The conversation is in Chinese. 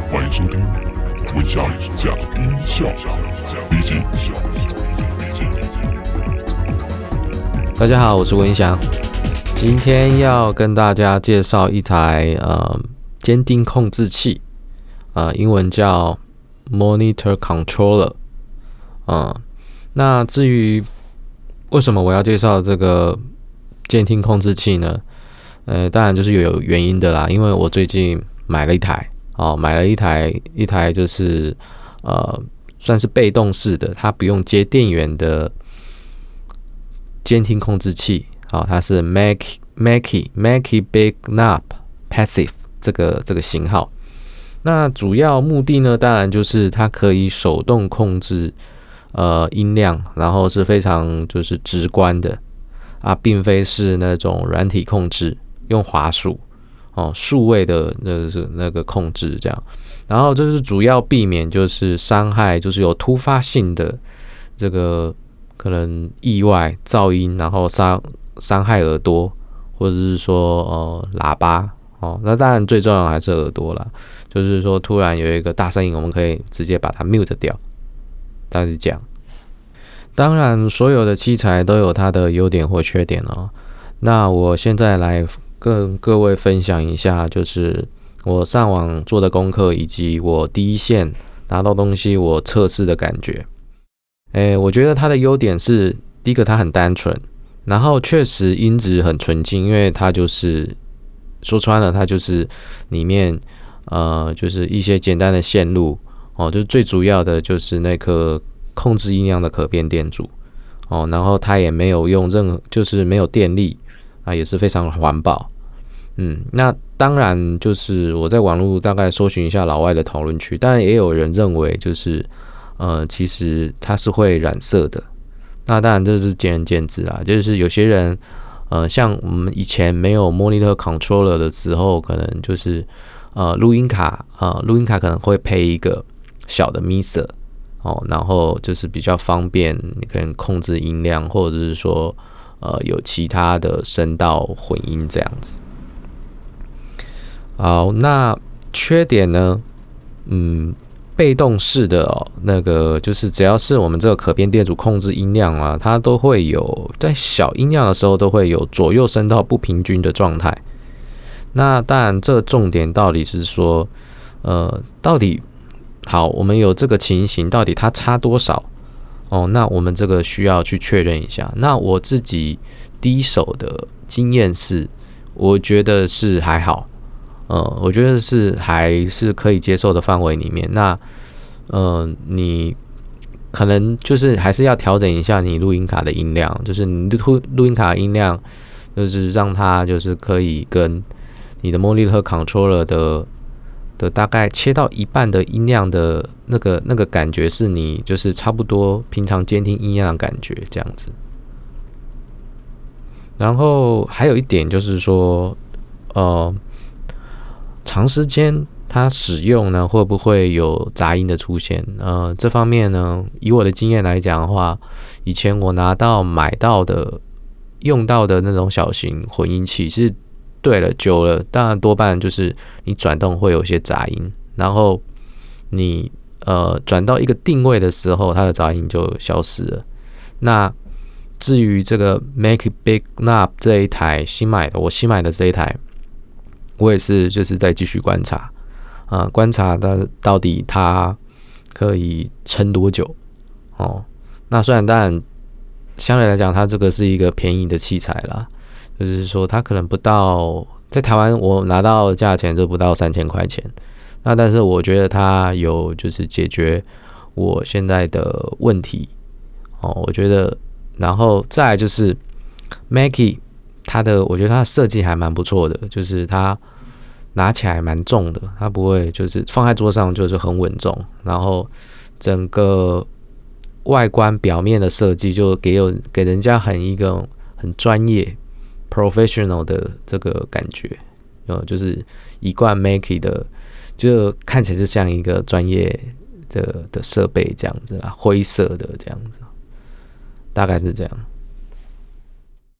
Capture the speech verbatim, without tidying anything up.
欢迎收听文祥讲音效第一集。 大家好，我是文祥，今天要跟大家介绍一台呃监听控制器，呃，英文叫 Monitor Controller。呃，那至于为什么我要介绍这个监听控制器呢？呃，当然就是有原因的啦，因为我最近买了一台，哦，买了一台一台就是呃算是被动式的，它不用接电源的监听控制器，哦，它是 Mackie Mackie Mackie Big Knob Passive 这个这个型号。那主要目的呢，当然就是它可以手动控制呃音量，然后是非常就是直观的啊，并非是那种软体控制，用滑鼠哦数位的那个那个控制这样。然后就是主要避免就是伤害，就是有突发性的这个可能意外噪音，然后伤伤害耳朵，或者是说呃喇叭哦。那当然最重要的还是耳朵啦，就是说突然有一个大声音，我们可以直接把它 mute 掉，大概是这样。当然，所有的器材都有它的优点或缺点哦。那我现在来跟各位分享一下，就是我上网做的功课，以及我第一线拿到东西我测试的感觉。诶，我觉得它的优点是，第一个它很单纯，然后确实音质很纯净，因为它就是说穿了，它就是里面呃就是一些简单的线路哦，就是最主要的就是那颗控制音量的可变电阻哦，然后它也没有用任何，就是没有电力啊，也是非常环保。嗯，那当然就是我在网络大概搜寻一下老外的讨论区，当然也有人认为就是呃，其实它是会染色的。那当然这是见仁见智啊，就是有些人呃，像我们以前没有 Monitor Controller 的时候，可能就是呃录音卡呃录音卡可能会配一个小的 mixer 哦，然后就是比较方便，你可以控制音量，或者是说呃有其他的声道混音这样子。好，那缺点呢？嗯，被动式的哦，那个就是只要是我们这个可变电阻控制音量啊，它都会有在小音量的时候都会有左右声道不平均的状态。那当然，这个重点到底是说，呃，到底好，我们有这个情形，到底它差多少？哦，那我们这个需要去确认一下。那我自己第一手的经验是，我觉得是还好。呃，我觉得是还是可以接受的范围里面。那呃，你可能就是还是要调整一下你录音卡的音量，就是你录录音卡的音量，就是让它就是可以跟你的 Monitor Controller 的的大概切到一半的音量的那个那个感觉，是你就是差不多平常监听音量的感觉这样子。然后还有一点就是说，呃。长时间它使用呢，会不会有杂音的出现？呃，这方面呢，以我的经验来讲的话，以前我拿到买到的用到的那种小型混音器，是对了久了，当然多半就是你转动会有些杂音，然后你呃转到一个定位的时候，它的杂音就消失了。那至于这个 Mackie Big Knob 这一台新买的，我新买的这一台。我也是，就是在继续观察，啊、呃，观察到到底它可以撑多久哦。那虽然当然相对来讲，它这个是一个便宜的器材啦，就是说它可能不到在台湾我拿到的价钱就不到三千块钱。那但是我觉得它有就是解决我现在的问题哦，我觉得，然后再来就是 Mackie。它的我觉得它的设计还蛮不错的，就是它拿起来蛮重的，它不会就是放在桌上就是很稳重，然后整个外观表面的设计就给有给人家很一个很专业 professional 的这个感觉，呃，就是一贯 Mackie 的，就看起来就像一个专业的的设备这样子啦，灰色的这样子，大概是这样。